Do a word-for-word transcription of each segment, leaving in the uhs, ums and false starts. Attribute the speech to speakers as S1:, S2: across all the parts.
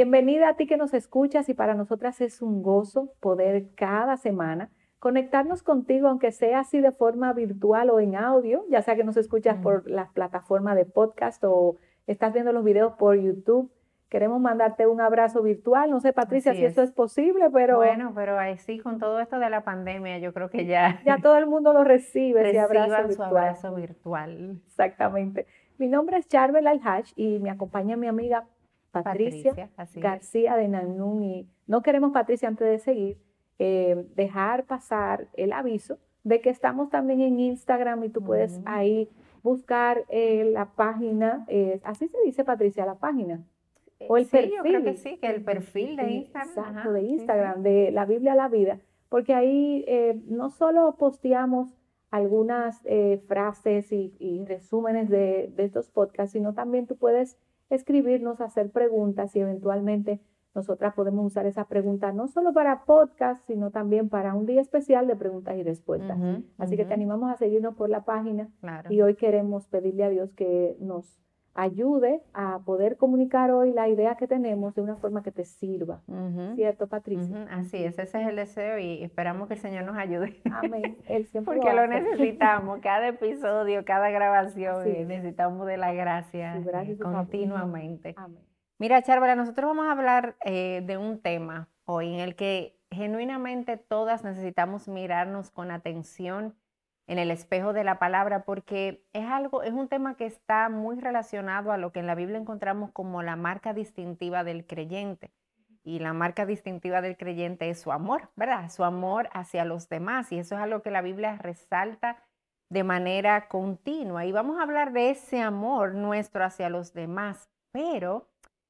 S1: Bienvenida a ti que nos escuchas y para nosotras es un gozo poder cada semana conectarnos contigo, aunque sea así de forma virtual o en audio, ya sea que nos escuchas
S2: Mm.
S1: por las plataformas de podcast o estás viendo los videos por YouTube. Queremos mandarte un abrazo virtual. No sé, Patricia,
S2: Así
S1: si eso es
S2: es.
S1: posible, pero
S2: Bueno, pero ahí sí, con todo esto de la pandemia, yo creo que ya
S1: ya todo el mundo lo recibe, ese abrazo
S2: reciban su
S1: virtual.
S2: abrazo virtual.
S1: Exactamente. Mi nombre es Charbel Alhaj y me acompaña mi amiga Patricia
S2: Patricia, así es.
S1: García de Nanún. Y no queremos, Patricia, antes de seguir, eh, dejar pasar el aviso de que estamos también en Instagram y tú puedes
S2: Ujú.
S1: ahí buscar eh, la página, eh, así se dice, Patricia, la página,
S2: Eh,
S1: o el
S2: Sí, yo creo que
S1: perfil,
S2: sí, que el perfil de
S1: y-
S2: Instagram,
S1: exacto,
S2: ajá,
S1: de
S2: sí, sí.
S1: Instagram, de la Biblia a la vida, porque ahí eh, no solo posteamos algunas eh, frases y, y resúmenes de, de estos podcasts, sino también tú puedes escribirnos, hacer preguntas y eventualmente nosotras podemos usar esa pregunta no solo para podcast, sino también para un día especial de preguntas y respuestas.
S2: Ujú,
S1: Así que te
S2: ujú,
S1: animamos a seguirnos por la página
S2: claro.
S1: y hoy queremos pedirle a Dios que nos ayude a poder comunicar hoy la idea que tenemos de una forma que te sirva.
S2: Ujú,
S1: ¿Cierto, Patricia?
S2: ujú, así es, ese es el deseo y esperamos que el Señor nos ayude.
S1: Amén. Él siempre lo
S2: Porque lo
S1: hace.
S2: necesitamos, cada episodio, cada grabación,
S1: Así
S2: eh,
S1: es.
S2: necesitamos de la
S1: Su
S2: gracia
S1: gracia y
S2: eh,
S1: su favor.
S2: continuamente.
S1: Amén.
S2: Mira, Chárvala, nosotros vamos a hablar eh, de un tema hoy en el que genuinamente todas necesitamos mirarnos con atención en el espejo de la palabra, porque es algo, es un tema que está muy relacionado a lo que en la Biblia encontramos como la marca distintiva del creyente. Y la marca distintiva del creyente es su amor, ¿verdad? Su amor hacia los demás. Y eso es algo que la Biblia resalta de manera continua. Y vamos a hablar de ese amor nuestro hacia los demás, pero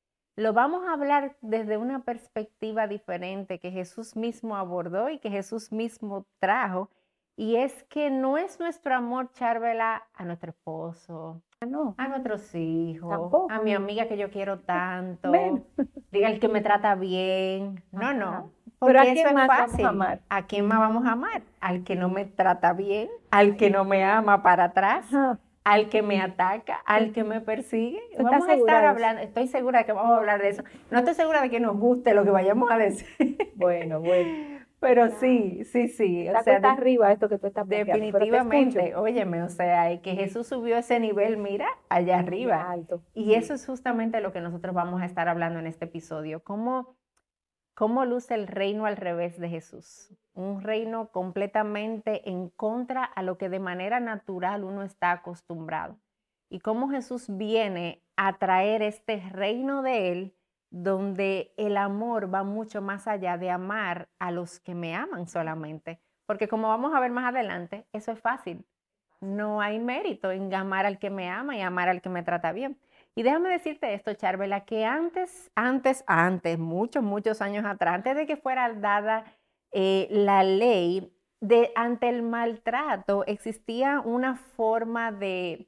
S2: lo vamos a hablar desde una perspectiva diferente que Jesús mismo abordó y que Jesús mismo trajo. Y es que no es nuestro amor, Charvela, a nuestro esposo,
S1: Ah, no,
S2: a nuestros hijos, a
S1: tampoco.
S2: mi amiga que yo quiero
S1: Menos.
S2: tanto, diga el que me trata bien. No,
S1: Ajá.
S2: no,
S1: Pero ¿a
S2: porque eso
S1: quién
S2: es
S1: más vamos a
S2: fácil.
S1: amar?
S2: ¿A quién más vamos a amar? Al que no me trata bien, al que no me ama para atrás,
S1: Ajá.
S2: al que me ataca, al que me persigue.
S1: ¿Tú estás
S2: Vamos a
S1: segura
S2: estar
S1: de eso?
S2: hablando, estoy segura de que vamos a hablar de eso. No estoy segura de que nos guste lo que vayamos a decir,
S1: Bueno, bueno.
S2: pero sí, sí, sí, o
S1: Está
S2: sea,
S1: cuesta
S2: de-
S1: arriba esto que tú estás planteando, pero te escucho.
S2: definitivamente, óyeme, o sea, y que Jesús subió ese nivel, mira, allá
S1: Allá
S2: arriba.
S1: alto.
S2: Y eso es justamente lo que nosotros vamos a estar hablando en este episodio, cómo, cómo luce el reino al revés de Jesús. Un reino completamente en contra a lo que de manera natural uno está acostumbrado. Y cómo Jesús viene a traer este reino de Él, donde el amor va mucho más allá de amar a los que me aman solamente. Porque como vamos a ver más adelante, eso es fácil. No hay mérito en amar al que me ama y amar al que me trata bien. Y déjame decirte esto, Charvela, que antes, antes, antes, muchos, muchos años atrás, antes de que fuera dada eh, la ley, de, ante el maltrato existía una forma de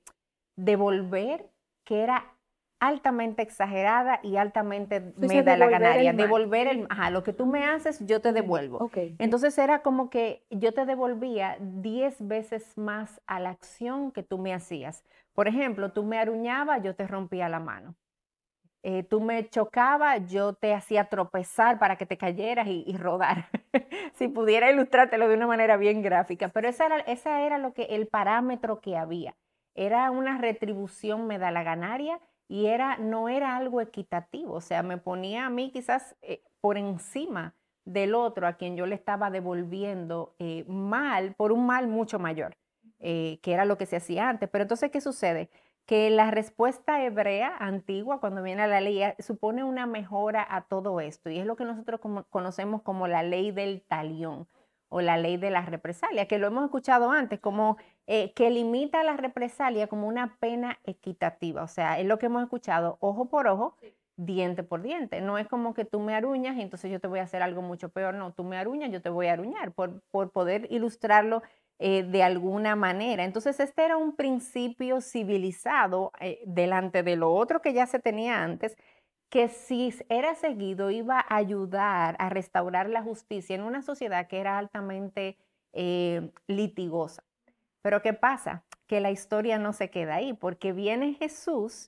S2: devolver que era altamente exagerada y altamente
S1: Tú dices
S2: me la
S1: devolver el
S2: ganaria.
S1: mal.
S2: Devolver el, ajá, lo que tú me haces, yo te devuelvo.
S1: Ok.
S2: Entonces era como que yo te devolvía diez veces más a la acción que tú me hacías. Por ejemplo, tú me aruñabas, yo te rompía la mano. Eh, tú me chocabas, yo te hacía tropezar para que te cayeras y, y rodar. Si pudiera ilustrártelo de una manera bien gráfica, pero esa era, esa era lo que el parámetro que había. Era una retribución medalaganaria y era, no era algo equitativo, o sea, me ponía a mí quizás eh, por encima del otro a quien yo le estaba devolviendo eh, mal, por un mal mucho mayor, eh, que era lo que se hacía antes. Pero entonces, ¿qué sucede? Que la respuesta hebrea antigua, cuando viene a la ley, eh, supone una mejora a todo esto, y es lo que nosotros como, conocemos como la ley del talión o la ley de la represalia, que lo hemos escuchado antes, como eh, que limita la represalia como una pena equitativa, o sea, es lo que hemos escuchado, ojo por ojo, diente por diente. No es como que tú me aruñas y entonces yo te voy a hacer algo mucho peor, no, tú me aruñas, yo te voy a aruñar, por, por poder ilustrarlo eh, de alguna manera. Entonces, este era un principio civilizado eh, delante de lo otro que ya se tenía antes, que si era seguido iba a ayudar a restaurar la justicia en una sociedad que era altamente eh, litigosa. Pero ¿qué pasa? Que la historia no se queda ahí, porque viene Jesús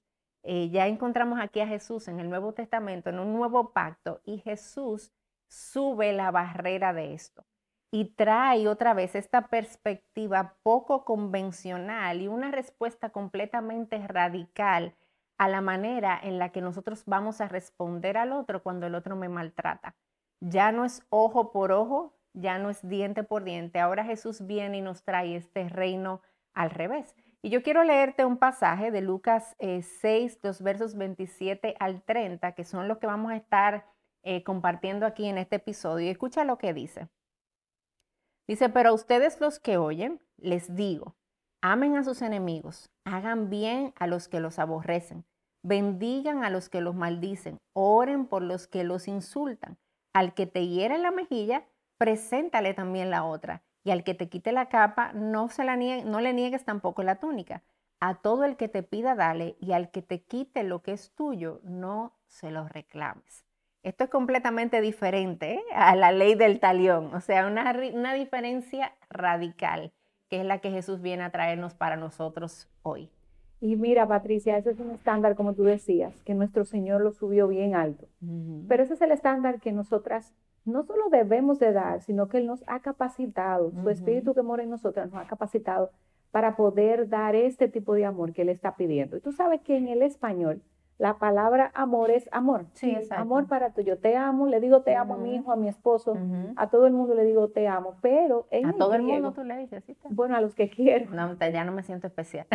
S2: Eh, ya encontramos aquí a Jesús en el Nuevo Testamento, en un nuevo pacto, y Jesús sube la barrera de esto y trae otra vez esta perspectiva poco convencional y una respuesta completamente radical a la manera en la que nosotros vamos a responder al otro cuando el otro me maltrata. Ya no es ojo por ojo, ya no es diente por diente. Ahora Jesús viene y nos trae este reino al revés. Y yo quiero leerte un pasaje de Lucas eh, seis, los versos veintisiete al treinta, que son los que vamos a estar eh, compartiendo aquí en este episodio. Y escucha lo que dice. Dice, pero a ustedes los que oyen, les digo, amen a sus enemigos, hagan bien a los que los aborrecen, bendigan a los que los maldicen, oren por los que los insultan. Al que te hiere en la mejilla, preséntale también la otra. Y al que te quite la capa, no, se la niegue, no le niegues tampoco la túnica. A todo el que te pida, dale, y al que te quite lo que es tuyo, no se lo reclames. Esto es completamente diferente ¿eh? a la ley del talión, o sea, una, una diferencia radical, que es la que Jesús viene a traernos para nosotros hoy.
S1: Y mira, Patricia, ese es un estándar, como tú decías, que nuestro Señor lo subió bien alto. Uh-huh. Pero ese es el estándar que nosotras no solo debemos de dar, sino que Él nos ha capacitado, uh-huh. Su Espíritu que mora en nosotras nos ha capacitado para poder dar este tipo de amor que Él está pidiendo. Y tú sabes que en el español, la palabra amor es amor.
S2: Sí, exacto.
S1: Amor para tú. Yo te amo, le digo te amo uh-huh. a mi hijo, a mi esposo, uh-huh. a todo el mundo le digo te amo, pero en
S2: a
S1: el
S2: todo
S1: griego,
S2: el mundo tú le dices, ¿sí?
S1: Bueno, a los que quiero.
S2: No, ya no me siento especial.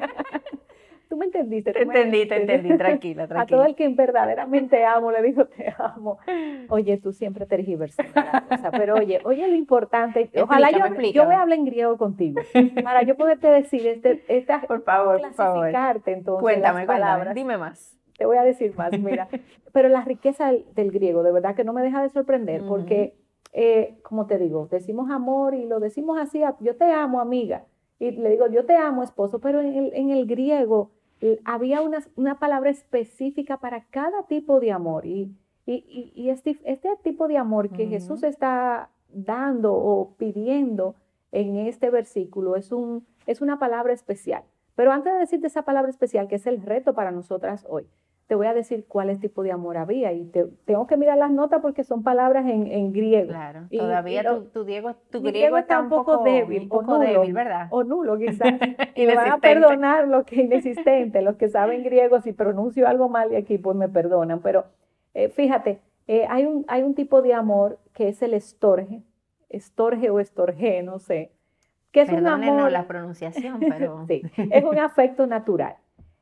S1: Tú me entendiste.
S2: Te entendí, te entendí, tranquila, tranquila.
S1: A todo el que verdaderamente amo, le digo te amo. Oye, tú siempre tergiversas la cosa, pero oye, oye lo importante, ojalá yo, explícame. yo voy a hablar en griego contigo, para yo poderte decir, este, esta,
S2: por favor,
S1: clasificarte
S2: por favor.
S1: entonces
S2: Cuéntame,
S1: las palabras.
S2: Cuéntame, dime más.
S1: Te voy a decir más, mira. Pero la riqueza del, del griego, de verdad que no me deja de sorprender, uh-huh. porque, eh, como te digo, decimos amor y lo decimos así, yo te amo, amiga, y le digo, yo te amo, esposo, pero en el, en el griego eh, había una, una palabra específica para cada tipo de amor, y, y, y este, este tipo de amor que uh-huh. Jesús está dando o pidiendo en este versículo es, un, es una palabra especial. Pero antes de decirte esa palabra especial, que es el reto para nosotras hoy, te voy a decir cuál es el tipo de amor había. Y te, tengo que mirar las notas porque son palabras en, en griego.
S2: Claro,
S1: y,
S2: todavía
S1: y lo,
S2: tu, tu, Diego, tu
S1: griego,
S2: griego
S1: está un poco, poco débil,
S2: un poco
S1: o nulo,
S2: débil, ¿verdad?
S1: O nulo, quizás. Y me van a perdonar lo que es inexistente. Los que saben griego, si pronuncio algo mal de aquí, pues me perdonan. Pero eh, fíjate, eh, hay, un, hay un tipo de amor que es el estorge, estorge o estorge, no sé. Que es un amor,
S2: la pronunciación, pero...
S1: sí, es un afecto natural.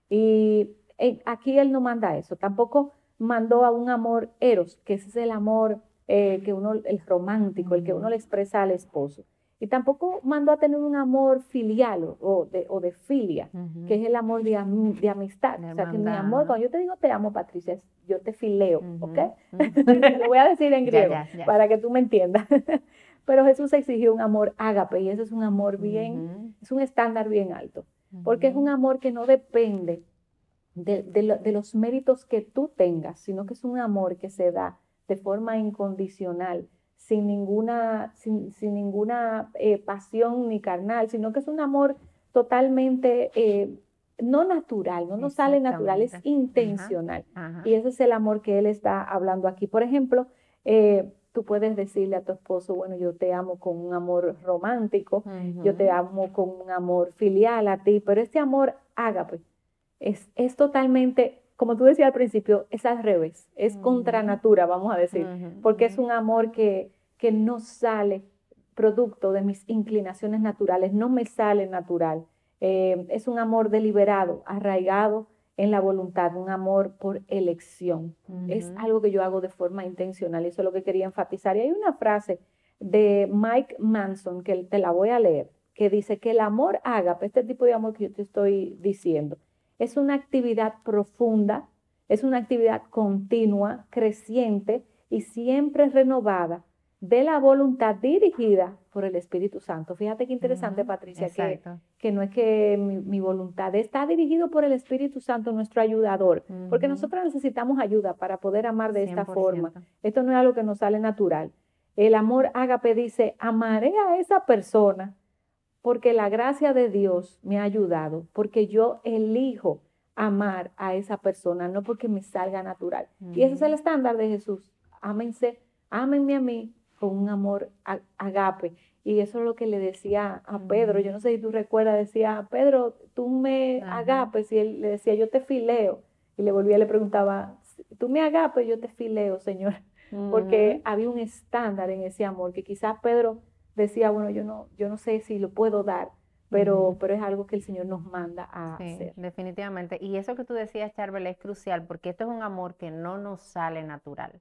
S1: Y eh, aquí Él no manda eso. Tampoco mandó a un amor eros, que ese es el amor eh, que uno, el romántico, uh-huh. el que uno le expresa al esposo. Y tampoco mandó a tener un amor filial o de, o de filia, uh-huh. que es el amor de, de amistad. De o sea, que mi amor, cuando yo te digo te amo, Patricia, yo te fileo, uh-huh. ¿ok? Uh-huh. Te lo voy a decir en griego, ya, ya, ya. para que tú me entiendas. Pero Jesús exigió un amor ágape, y ese es un amor bien, uh-huh. es un estándar bien alto, uh-huh. porque es un amor que no depende de, de, lo, de los méritos que tú tengas, sino que es un amor que se da de forma incondicional, sin ninguna, sin, sin ninguna eh, pasión ni carnal, sino que es un amor totalmente eh, no natural, no nos sale natural, es intencional. Uh-huh. Uh-huh. Y ese es el amor que Él está hablando aquí. Por ejemplo, eh, tú puedes decirle a tu esposo, bueno, yo te amo con un amor romántico, uh-huh. yo te amo con un amor filial a ti, pero este amor ágape es, es totalmente, como tú decías al principio, es al revés, es uh-huh. contra natura, vamos a decir, uh-huh. porque es un amor que, que no sale producto de mis inclinaciones naturales, no me sale natural, eh, es un amor deliberado, arraigado en la voluntad, un amor por elección. Uh-huh. Es algo que yo hago de forma intencional, y eso es lo que quería enfatizar. Y hay una frase de Mike Manson, que te la voy a leer, que dice que el amor ágape, este tipo de amor que yo te estoy diciendo, es una actividad profunda, es una actividad continua, creciente y siempre renovada de la voluntad dirigida por el Espíritu Santo. Fíjate qué interesante, uh-huh. Patricia, que, que no es que mi, mi voluntad está dirigido por el Espíritu Santo, nuestro ayudador, uh-huh. porque nosotros necesitamos ayuda para poder amar de esta cien por ciento. Forma. Esto no es algo que nos sale natural. El amor ágape dice, amaré a esa persona porque la gracia de Dios me ha ayudado, porque yo elijo amar a esa persona, no porque me salga natural. Uh-huh. Y ese es el estándar de Jesús. Ámense, ámenme a mí con un amor agape. Y eso es lo que le decía a Pedro. Uh-huh. Yo no sé si tú recuerdas, decía, Pedro, tú me uh-huh. agapes. Y él le decía, yo te fileo. Y le volvía y le preguntaba, tú me agapes, yo te fileo, Señor. Uh-huh. Porque había un estándar en ese amor que quizás Pedro decía, bueno, yo no, yo no sé si lo puedo dar, pero, uh-huh. pero es algo que el Señor nos manda a
S2: sí,
S1: hacer.
S2: Definitivamente. Y eso que tú decías, Charbel, es crucial porque esto es un amor que no nos sale natural.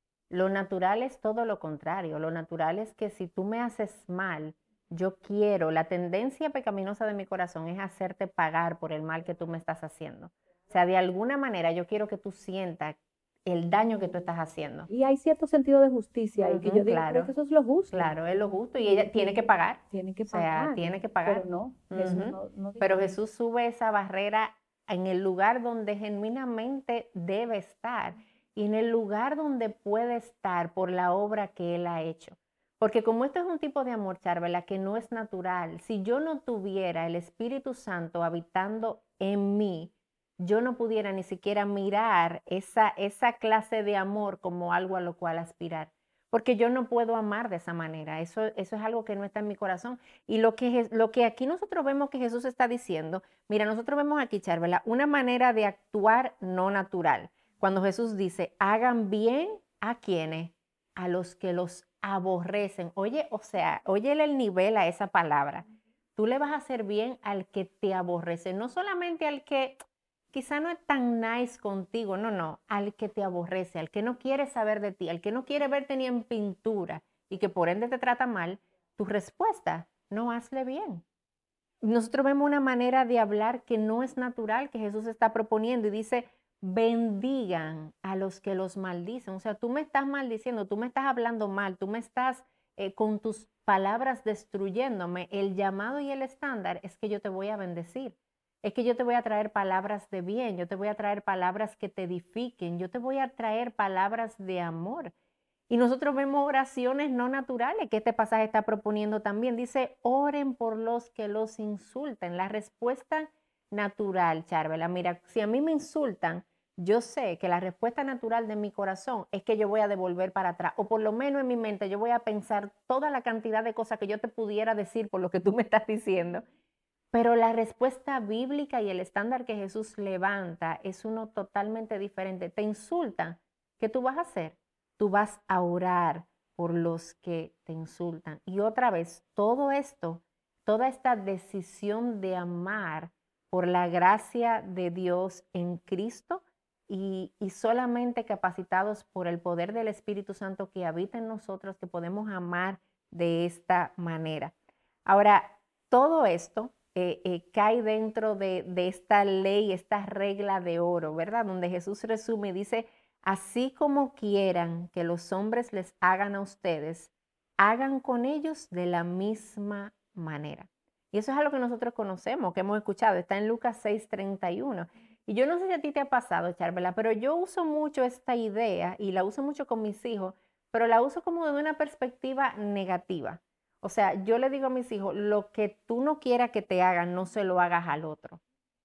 S2: Lo natural es todo lo contrario. Lo natural es que si tú me haces mal, yo quiero, la tendencia pecaminosa de mi corazón es hacerte pagar por el mal que tú me estás haciendo. O sea, de alguna manera yo quiero que tú sientas el daño que tú estás haciendo.
S1: Y hay cierto sentido de justicia
S2: uh-huh,
S1: y que yo digo,
S2: claro,
S1: creo que eso es lo justo.
S2: Claro, es lo justo y ella tiene que pagar.
S1: Tiene que pagar.
S2: O sea, tiene que pagar.
S1: Pero no,
S2: uh-huh.
S1: Jesús no, no dice.
S2: Pero Jesús sube esa barrera en el lugar donde genuinamente debe estar y en el lugar donde puede estar por la obra que Él ha hecho. Porque como esto es un tipo de amor, Charbela, que no es natural, si yo no tuviera el Espíritu Santo habitando en mí, yo no pudiera ni siquiera mirar esa, esa clase de amor como algo a lo cual aspirar. Porque yo no puedo amar de esa manera. Eso, eso es algo que no está en mi corazón. Y lo que, lo que aquí nosotros vemos que Jesús está diciendo, mira, nosotros vemos aquí, Charbela, una manera de actuar no natural. Cuando Jesús dice, hagan bien a quienes, a los que los aborrecen. Oye, o sea, oye el nivel a esa palabra. Tú le vas a hacer bien al que te aborrece, no solamente al que quizá no es tan nice contigo, no, no, al que te aborrece, al que no quiere saber de ti, al que no quiere verte ni en pintura y que por ende te trata mal, tu respuesta, no hazle bien. Nosotros vemos una manera de hablar que no es natural, que Jesús está proponiendo y dice, bendigan a los que los maldicen. O sea, tú me estás maldiciendo, tú me estás hablando mal, tú me estás eh, con tus palabras destruyéndome. El llamado y el estándar es que yo te voy a bendecir. Es que yo te voy a traer palabras de bien, yo te voy a traer palabras que te edifiquen, yo te voy a traer palabras de amor. Y nosotros vemos oraciones no naturales que este pasaje está proponiendo también. Dice, oren por los que los insultan. La respuesta natural, Charbela, mira, si a mí me insultan, yo sé que la respuesta natural de mi corazón es que yo voy a devolver para atrás, o por lo menos en mi mente yo voy a pensar toda la cantidad de cosas que yo te pudiera decir por lo que tú me estás diciendo. Pero la respuesta bíblica y el estándar que Jesús levanta es uno totalmente diferente. Te insultan, ¿qué tú vas a hacer? Tú vas a orar por los que te insultan. Y otra vez, todo esto, toda esta decisión de amar por la gracia de Dios en Cristo y, y solamente capacitados por el poder del Espíritu Santo que habita en nosotros, que podemos amar de esta manera. Ahora, todo esto Eh, eh, cae dentro de, de esta ley, esta regla de oro, ¿verdad? Donde Jesús resume y dice, así como quieran que los hombres les hagan a ustedes, hagan con ellos de la misma manera. Y eso es algo que nosotros conocemos, que hemos escuchado, está en Lucas seis treinta y uno. Y yo no sé si a ti te ha pasado, Charbela, pero yo uso mucho esta idea y la uso mucho con mis hijos, pero la uso como de una perspectiva negativa. O sea, yo le digo a mis hijos, lo que tú no quieras que te hagan, no se lo hagas al otro.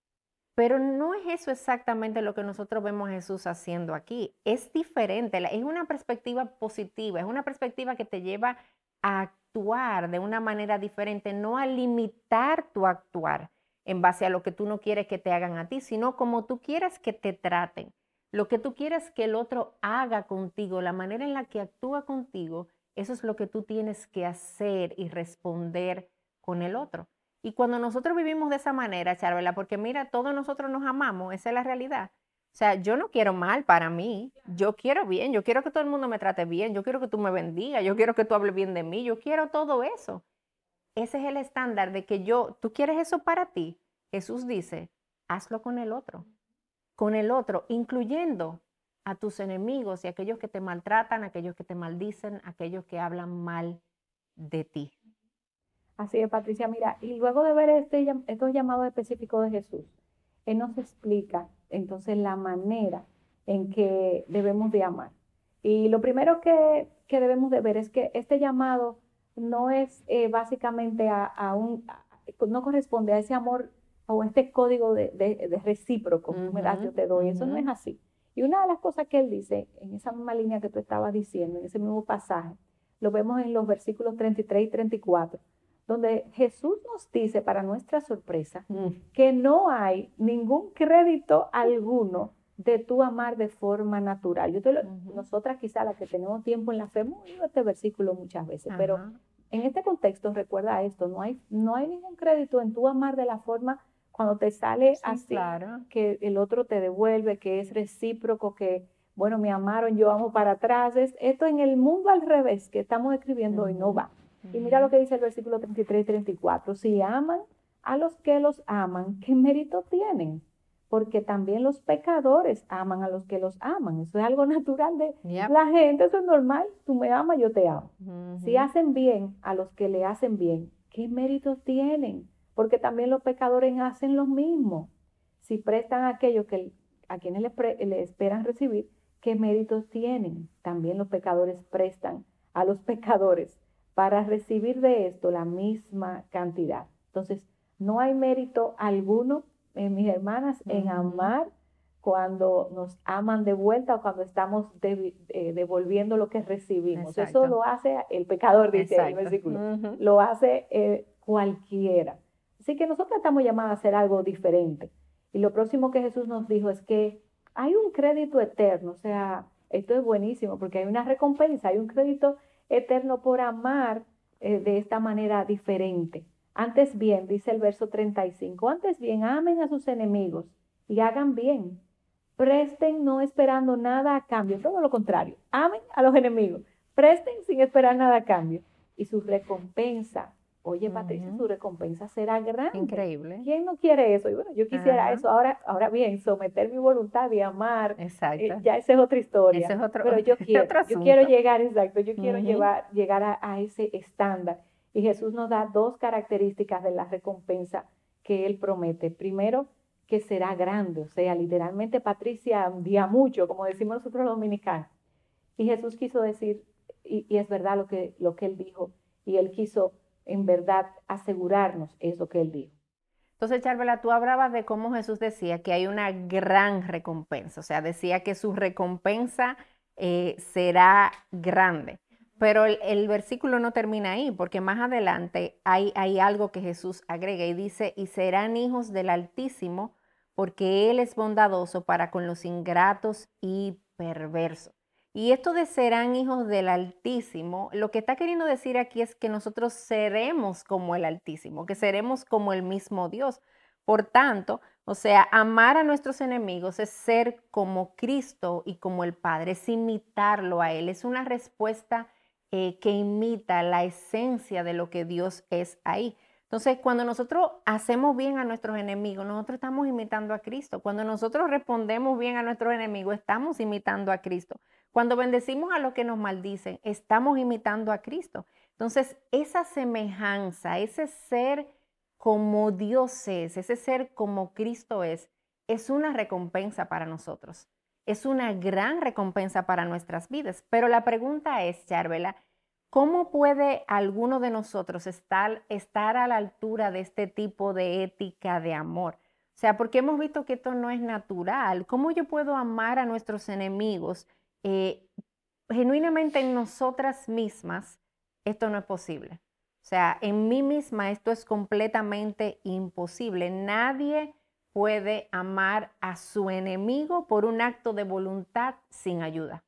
S2: Pero no es eso exactamente lo que nosotros vemos a Jesús haciendo aquí. Es diferente, es una perspectiva positiva, es una perspectiva que te lleva a actuar de una manera diferente, no a limitar tu actuar en base a lo que tú no quieres que te hagan a ti, sino como tú quieres que te traten. Lo que tú quieres que el otro haga contigo, la manera en la que actúa contigo, eso es lo que tú tienes que hacer y responder con el otro. Y cuando nosotros vivimos de esa manera, Charbela, porque mira, todos nosotros nos amamos, esa es la realidad. O sea, yo no quiero mal para mí, yo quiero bien, yo quiero que todo el mundo me trate bien, yo quiero que tú me bendigas, yo quiero que tú hables bien de mí, yo quiero todo eso. Ese es el estándar de que yo, tú quieres eso para ti. Jesús dice, hazlo con el otro, con el otro, incluyendo a tus enemigos y aquellos que te maltratan, aquellos que te maldicen, aquellos que hablan mal de ti.
S1: Así es, Patricia. Mira, y luego de ver este, estos llamados específicos de Jesús, Él nos explica entonces la manera en que debemos de amar. Y lo primero que, que debemos de ver es que este llamado no es eh, básicamente a, a un, a, no corresponde a ese amor o este código de, de, de recíproco, tú me das, yo te doy, eso no es así. Y una de las cosas que él dice, en esa misma línea que tú estabas diciendo, en ese mismo pasaje, lo vemos en los versículos treinta y tres y treinta y cuatro, donde Jesús nos dice, para nuestra sorpresa, mm. que no hay ningún crédito alguno de tu amar de forma natural. Yo te lo, uh-huh. Nosotras quizá las que tenemos tiempo en la fe, hemos oído este versículo muchas veces, uh-huh. pero en este contexto recuerda esto, no hay, no hay ningún crédito en tu amar de la forma cuando te sale sí, así, claro. que el otro te devuelve, que es recíproco, que bueno, me amaron, yo amo para atrás. Es, esto en el mundo al revés que estamos escribiendo uh-huh. hoy no va. Uh-huh. Y mira lo que dice el versículo treinta y tres y treinta y cuatro. Si aman a los que los aman, ¿qué mérito tienen? Porque también los pecadores aman a los que los aman. Eso es algo natural de yep. la gente, eso es normal. Tú me amas, yo te amo. Uh-huh. Si hacen bien a los que le hacen bien, ¿qué mérito tienen? Porque también los pecadores hacen lo mismo. Si prestan a aquellos que, a quienes le, pre, le esperan recibir, ¿qué méritos tienen? También los pecadores prestan a los pecadores para recibir de esto la misma cantidad. Entonces, no hay mérito alguno, eh, mis hermanas, uh-huh. en amar cuando nos aman de vuelta o cuando estamos de, eh, devolviendo lo que recibimos. Exacto. Eso lo hace el pecador, dice Exacto. el versículo. Uh-huh. Lo hace eh, cualquiera. Así que nosotros estamos llamados a hacer algo diferente. Y lo próximo que Jesús nos dijo es que hay un crédito eterno, o sea, esto es buenísimo porque hay una recompensa, hay un crédito eterno por amar eh, de esta manera diferente. Antes bien, dice el verso treinta y cinco, antes bien, amen a sus enemigos y hagan bien. Presten no esperando nada a cambio, todo lo contrario, amen a los enemigos, presten sin esperar nada a cambio. Y su recompensa, oye Patricia, uh-huh. su recompensa será grande.
S2: Increíble.
S1: ¿Quién no quiere eso? Y bueno, yo quisiera uh-huh. eso. Ahora, ahora bien, someter mi voluntad y amar,
S2: exacto.
S1: Eh, ya esa es otra historia.
S2: Ese es otro,
S1: pero yo quiero,
S2: otro
S1: yo quiero llegar, exacto, yo quiero uh-huh. llevar, llegar a, a ese estándar. Y Jesús nos da dos características de la recompensa que Él promete. Primero, que será grande, o sea, literalmente Patricia, día mucho, como decimos nosotros los dominicanos. Y Jesús quiso decir, y, y es verdad lo que, lo que Él dijo, y Él quiso en verdad asegurarnos eso que Él dijo.
S2: Entonces, Charvela, tú hablabas de cómo Jesús decía que hay una gran recompensa, o sea, decía que su recompensa eh, será grande. Pero el, el versículo no termina ahí, porque más adelante hay, hay algo que Jesús agrega y dice, y serán hijos del Altísimo, porque Él es bondadoso para con los ingratos y perversos. Y esto de serán hijos del Altísimo, lo que está queriendo decir aquí es que nosotros seremos como el Altísimo, que seremos como el mismo Dios. Por tanto, o sea, amar a nuestros enemigos es ser como Cristo y como el Padre, es imitarlo a Él, es una respuesta eh, que imita la esencia de lo que Dios es ahí. Entonces, cuando nosotros hacemos bien a nuestros enemigos, nosotros estamos imitando a Cristo. Cuando nosotros respondemos bien a nuestros enemigos, estamos imitando a Cristo. Cuando bendecimos a los que nos maldicen, estamos imitando a Cristo. Entonces, esa semejanza, ese ser como Dios es, ese ser como Cristo es, es una recompensa para nosotros. Es una gran recompensa para nuestras vidas. Pero la pregunta es, Charvela, ¿cómo puede alguno de nosotros estar, estar a la altura de este tipo de ética de amor? O sea, porque hemos visto que esto no es natural. ¿Cómo yo puedo amar a nuestros enemigos? Eh, genuinamente en nosotras mismas, esto no es posible. O sea, en mí misma esto es completamente imposible. Nadie puede amar a su enemigo por un acto de voluntad sin ayuda.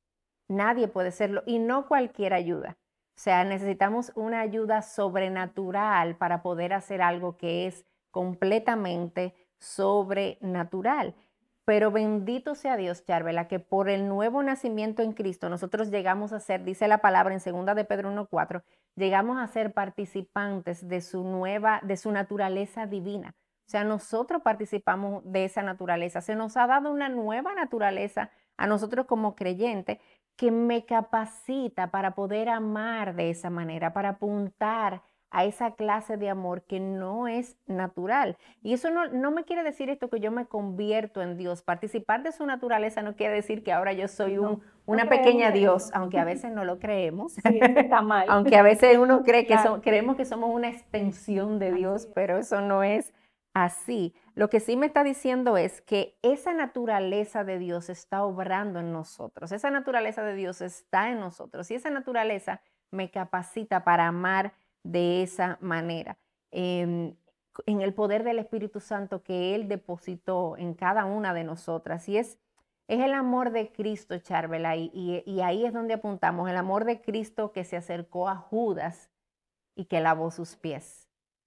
S2: Nadie puede hacerlo y no cualquier ayuda. O sea, necesitamos una ayuda sobrenatural para poder hacer algo que es completamente sobrenatural. Pero bendito sea Dios, Charvela, que por el nuevo nacimiento en Cristo nosotros llegamos a ser, dice la palabra en segunda de Pedro uno cuatro, llegamos a ser participantes de su nueva, de su naturaleza divina. O sea, nosotros participamos de esa naturaleza. Se nos ha dado una nueva naturaleza a nosotros como creyentes que me capacita para poder amar de esa manera, para apuntar a esa clase de amor que no es natural. Y eso no, no me quiere decir esto que yo me convierto en Dios. Participar de su naturaleza no quiere decir que ahora yo soy un, no, una no pequeña Dios, eso. Aunque a veces no lo creemos.
S1: Sí, está mal.
S2: Aunque a veces uno cree que claro. so, creemos que somos una extensión de Dios, pero eso no es así. Lo que sí me está diciendo es que esa naturaleza de Dios está obrando en nosotros. Esa naturaleza de Dios está en nosotros y esa naturaleza me capacita para amar de esa manera. Eh, en el poder del Espíritu Santo que Él depositó en cada una de nosotras. Y es, es el amor de Cristo, Charvela, y, y, y ahí es donde apuntamos, el amor de Cristo que se acercó a Judas y que lavó sus pies.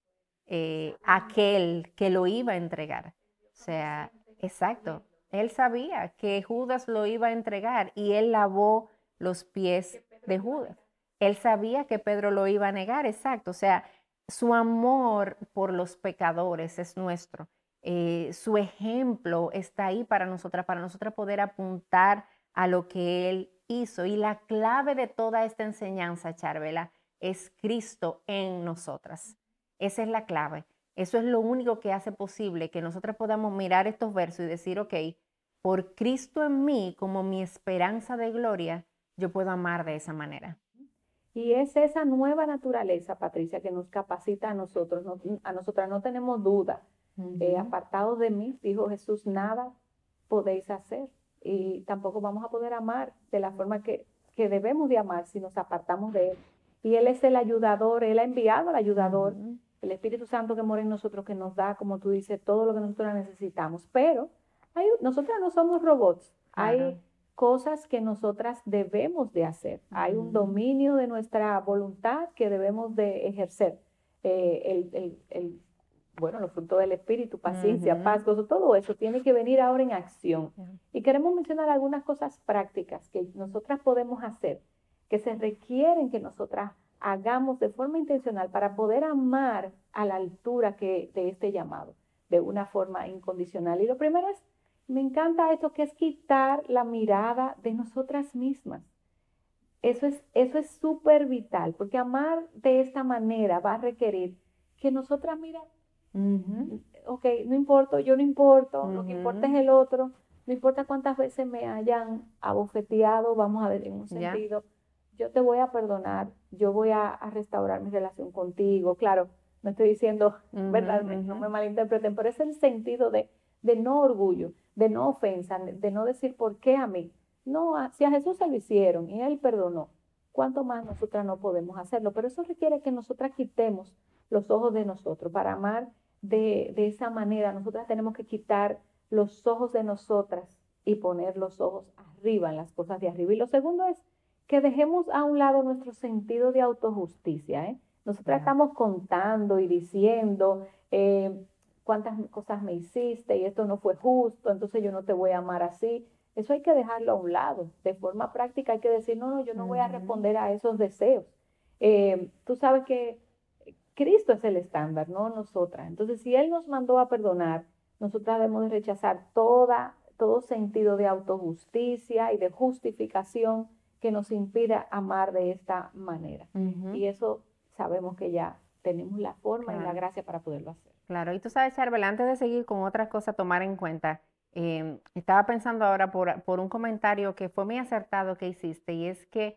S2: Eh, aquel que lo iba a entregar. O sea, exacto. Él sabía que Judas lo iba a entregar y él lavó los pies de Judas. Él sabía que Pedro lo iba a negar, exacto. O sea, su amor por los pecadores es nuestro. Eh, su ejemplo está ahí para nosotras, para nosotras poder apuntar a lo que él hizo. Y la clave de toda esta enseñanza, Charvela, es Cristo en nosotras. Esa es la clave. Eso es lo único que hace posible que nosotros podamos mirar estos versos y decir, ok, por Cristo en mí, como mi esperanza de gloria, yo puedo amar de esa manera.
S1: Y es esa nueva naturaleza, Patricia, que nos capacita a nosotros. No, a nosotras no tenemos duda. Uh-huh. eh, apartados de mí, dijo Jesús, nada podéis hacer. Y tampoco vamos a poder amar de la forma que, que debemos de amar si nos apartamos de Él. Y Él es el ayudador, Él ha enviado al ayudador, uh-huh. el Espíritu Santo que mora en nosotros, que nos da, como tú dices, todo lo que nosotros necesitamos. Pero hay, nosotras no somos robots. Claro. Hay cosas que nosotras debemos de hacer. Uh-huh. Hay un dominio de nuestra voluntad que debemos de ejercer. Eh, el, el, el, bueno, los frutos del Espíritu, paciencia, uh-huh. paz, gozo, todo eso tiene que venir ahora en acción. Uh-huh. Y queremos mencionar algunas cosas prácticas que nosotras podemos hacer, que se requieren que nosotras hagamos de forma intencional para poder amar a la altura que, de este llamado, de una forma incondicional. Y lo primero es, me encanta esto, que es quitar la mirada de nosotras mismas. Eso es, eso es súper vital, porque amar de esta manera va a requerir que nosotras, mira, uh-huh. ok, no importa, yo no importo, uh-huh. lo que importa es el otro, no importa cuántas veces me hayan abofeteado, vamos a ver, en un sentido, yeah. yo te voy a perdonar, yo voy a, a restaurar mi relación contigo. Claro, no estoy diciendo, uh-huh, ¿verdad? Uh-huh. No me malinterpreten, pero es el sentido de, de no orgullo, de no ofensa, de no decir por qué a mí. No, a, si a Jesús se lo hicieron y Él perdonó, ¿cuánto más nosotras no podemos hacerlo? Pero eso requiere que nosotras quitemos los ojos de nosotros. Para amar de, de esa manera, nosotras tenemos que quitar los ojos de nosotras y poner los ojos arriba, en las cosas de arriba. Y lo segundo es que dejemos a un lado nuestro sentido de autojusticia, ¿eh? Nosotras yeah. estamos contando y diciendo eh, cuántas cosas me hiciste y esto no fue justo, entonces yo no te voy a amar así. Eso hay que dejarlo a un lado. De forma práctica hay que decir, no, no, yo no uh-huh. voy a responder a esos deseos. Eh, tú sabes que Cristo es el estándar, no nosotras. Entonces, si Él nos mandó a perdonar, nosotras debemos rechazar toda, todo sentido de autojusticia y de justificación que nos impida amar de esta manera. Uh-huh. Y eso sabemos que ya tenemos la forma claro. y la gracia para poderlo hacer.
S2: Claro, y tú sabes, Charvel, antes de seguir con otras cosas a tomar en cuenta, eh, estaba pensando ahora por, por un comentario que fue muy acertado que hiciste, y es que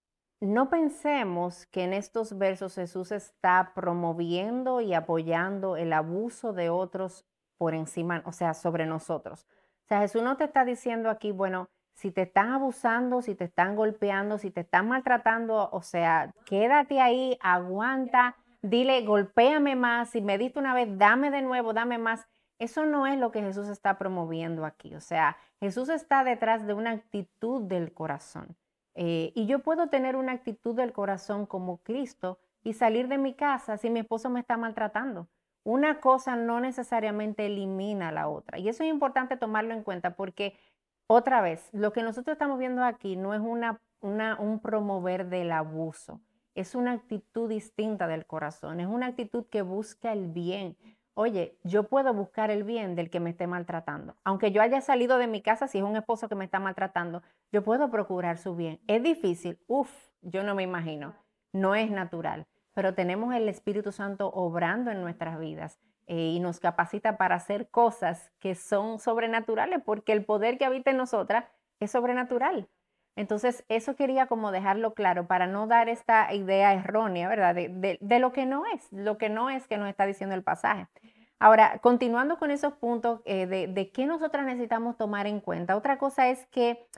S2: no pensemos que en estos versos Jesús está promoviendo y apoyando el abuso de otros por encima, o sea, sobre nosotros. O sea, Jesús no te está diciendo aquí, bueno, si te están abusando, si te están golpeando, si te están maltratando, o sea, quédate ahí, aguanta, dile, golpéame más, si me diste una vez, dame de nuevo, dame más. Eso no es lo que Jesús está promoviendo aquí. O sea, Jesús está detrás de una actitud del corazón. Eh, y yo puedo tener una actitud del corazón como Cristo y salir de mi casa si mi esposo me está maltratando. Una cosa no necesariamente elimina a la otra. Y eso es importante tomarlo en cuenta porque, otra vez, lo que nosotros estamos viendo aquí no es una, una, un promover del abuso. Es una actitud distinta del corazón. Es una actitud que busca el bien. Oye, yo puedo buscar el bien del que me esté maltratando. Aunque yo haya salido de mi casa, si es un esposo que me está maltratando, yo puedo procurar su bien. Es difícil, uf, yo no me imagino. No es natural, pero tenemos el Espíritu Santo obrando en nuestras vidas eh, y nos capacita para hacer cosas que son sobrenaturales, porque el poder que habita en nosotras es sobrenatural. Entonces, eso quería como dejarlo claro para no dar esta idea errónea, ¿verdad? De, de, de lo que no es, lo que no es que nos está diciendo el pasaje. Ahora, continuando con esos puntos eh, de, de qué nosotras necesitamos tomar en cuenta, otra cosa es que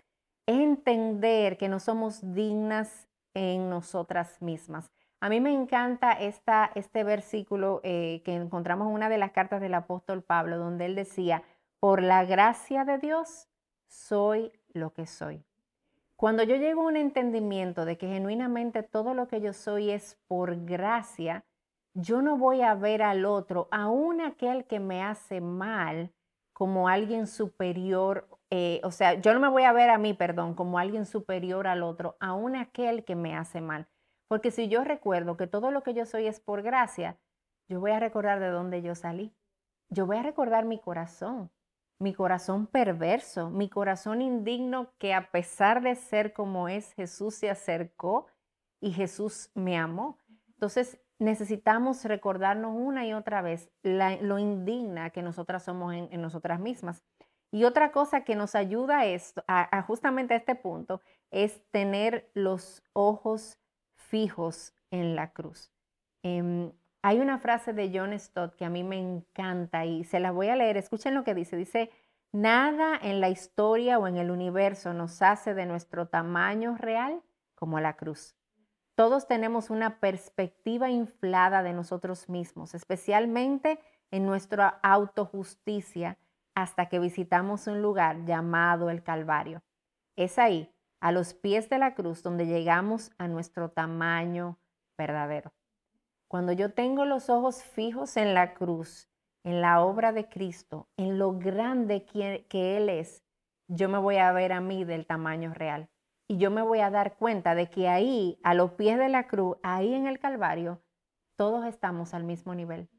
S2: entender que no somos dignas en nosotras mismas. A mí me encanta esta, este versículo eh, que encontramos en una de las cartas del apóstol Pablo, donde él decía, por la gracia de Dios soy lo que soy. Cuando yo llego a un entendimiento de que genuinamente todo lo que yo soy es por gracia, yo no voy a ver al otro, aun aquel que me hace mal, como alguien superior, eh, o sea, yo no me voy a ver a mí, perdón, como alguien superior al otro, aun aquel que me hace mal. Porque si yo recuerdo que todo lo que yo soy es por gracia, yo voy a recordar de dónde yo salí. Yo voy a recordar mi corazón, mi corazón perverso, mi corazón indigno que a pesar de ser como es, Jesús se acercó y Jesús me amó. Entonces necesitamos recordarnos una y otra vez la, lo indigna que nosotras somos en, en nosotras mismas. Y otra cosa que nos ayuda a, esto, a, a justamente a este punto es tener los ojos fijos en la cruz. Eh, Hay una frase de John Stott que a mí me encanta y se la voy a leer. Escuchen lo que dice. Dice, nada en la historia o en el universo nos hace de nuestro tamaño real como la cruz. Todos tenemos una perspectiva inflada de nosotros mismos, especialmente en nuestra autojusticia, hasta que visitamos un lugar llamado el Calvario. Es ahí, a los pies de la cruz, donde llegamos a nuestro tamaño verdadero. Cuando yo tengo los ojos fijos en la cruz, en la obra de Cristo, en lo grande que, que Él es, yo me voy a ver a mí del tamaño real. Y yo me voy a dar cuenta de que ahí, a los pies de la cruz, ahí en el Calvario, todos estamos al mismo nivel.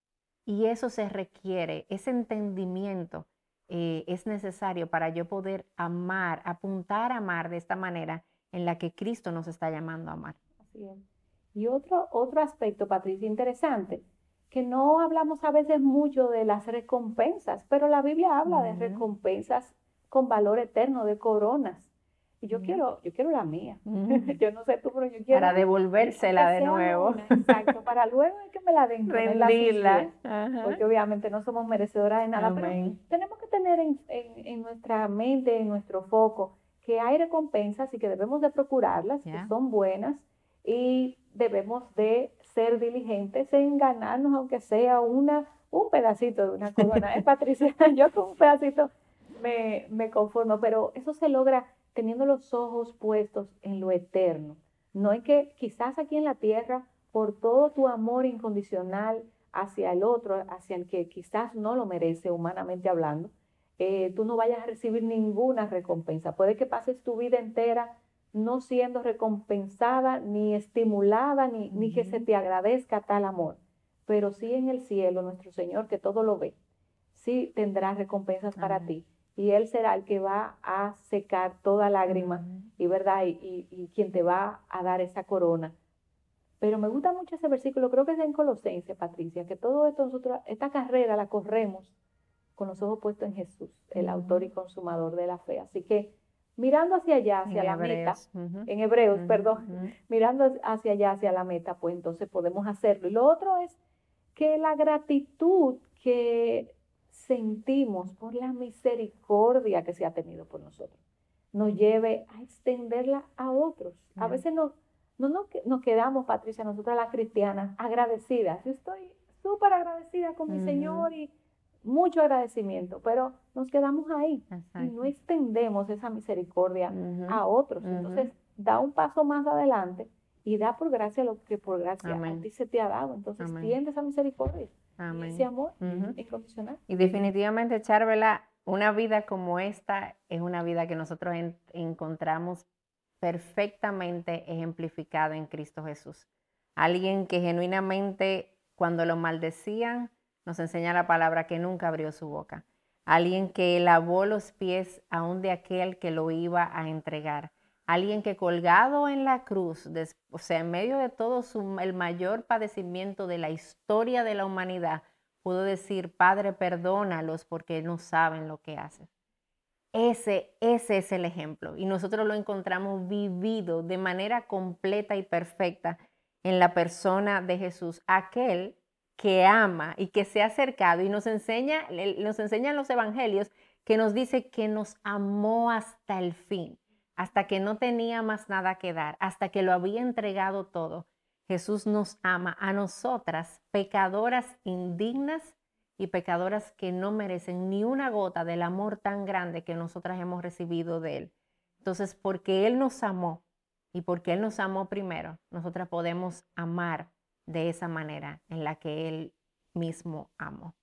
S2: Y eso se requiere, ese entendimiento eh, es necesario para yo poder amar, apuntar a amar de esta manera en la que Cristo nos está llamando a amar.
S1: Así es. Y otro, otro aspecto, Patricia, interesante, que no hablamos a veces mucho de las recompensas, pero la Biblia habla uh-huh. de recompensas con valor eterno, de coronas. Y yo uh-huh. quiero, yo quiero la mía. Uh-huh. Yo no sé tú, pero yo quiero.
S2: Para devolvérsela de nuevo.
S1: Una, exacto, para luego de que me la den.
S2: Rendirla.
S1: Uh-huh. Porque obviamente no somos merecedoras de nada, Amén. Pero tenemos que tener en, en, en nuestra mente, en nuestro foco, que hay recompensas y que debemos de procurarlas, yeah. que son buenas, y debemos de ser diligentes en ganarnos, aunque sea una, un pedacito de una corona. ¿Eh, Patricia? Yo con un pedacito me, me conformo, pero eso se logra teniendo los ojos puestos en lo eterno. No es que quizás aquí en la tierra, por todo tu amor incondicional hacia el otro, hacia el que quizás no lo merece humanamente hablando, eh, tú no vayas a recibir ninguna recompensa. Puede que pases tu vida entera no siendo recompensada, ni estimulada, ni, uh-huh. ni que se te agradezca tal amor. Pero sí en el cielo, nuestro Señor, que todo lo ve, sí tendrá recompensas uh-huh. para ti. Y Él será el que va a secar toda lágrima, uh-huh. y, ¿verdad? Y, y, y quien te va a dar esa corona. Pero me gusta mucho ese versículo, creo que es en Colosenses, Patricia, que todo esto nosotros, esta carrera la corremos con los ojos puestos en Jesús, el uh-huh. autor y consumador de la fe. Así que mirando hacia allá, hacia en la Hebreos. meta, uh-huh. en Hebreos, uh-huh. perdón, uh-huh. mirando hacia allá, hacia la meta, pues entonces podemos hacerlo. Y lo otro es que la gratitud que sentimos por la misericordia que se ha tenido por nosotros, nos lleve a extenderla a otros. Uh-huh. A veces no, no, no nos quedamos, Patricia, nosotras las cristianas, agradecidas. Yo estoy súper agradecida con uh-huh. mi Señor y mucho agradecimiento, pero nos quedamos ahí. Exacto. Y no extendemos esa misericordia uh-huh. a otros. Uh-huh. Entonces, da un paso más adelante y da por gracia lo que por gracia Amén. A ti se te ha dado. Entonces, Amén. Tiende esa misericordia
S2: Amén.
S1: Y ese amor
S2: uh-huh.
S1: incondicional.
S2: Y definitivamente, Charvela, una vida como esta es una vida que nosotros en, encontramos perfectamente ejemplificada en Cristo Jesús. Alguien que genuinamente, cuando lo maldecían, nos enseña la palabra que nunca abrió su boca. Alguien que lavó los pies aún de aquel que lo iba a entregar. Alguien que colgado en la cruz, o sea, en medio de todo su, el mayor padecimiento de la historia de la humanidad, pudo decir, Padre, perdónalos porque no saben lo que hacen. Ese, ese es el ejemplo. Y nosotros lo encontramos vivido de manera completa y perfecta en la persona de Jesús. Aquel que ama y que se ha acercado y nos enseña, nos enseñan los evangelios que nos dice que nos amó hasta el fin, hasta que no tenía más nada que dar, hasta que lo había entregado todo. Jesús nos ama a nosotras, pecadoras indignas y pecadoras que no merecen ni una gota del amor tan grande que nosotras hemos recibido de Él. Entonces, porque Él nos amó y porque Él nos amó primero, nosotras podemos amar de esa manera en la que Él mismo amó.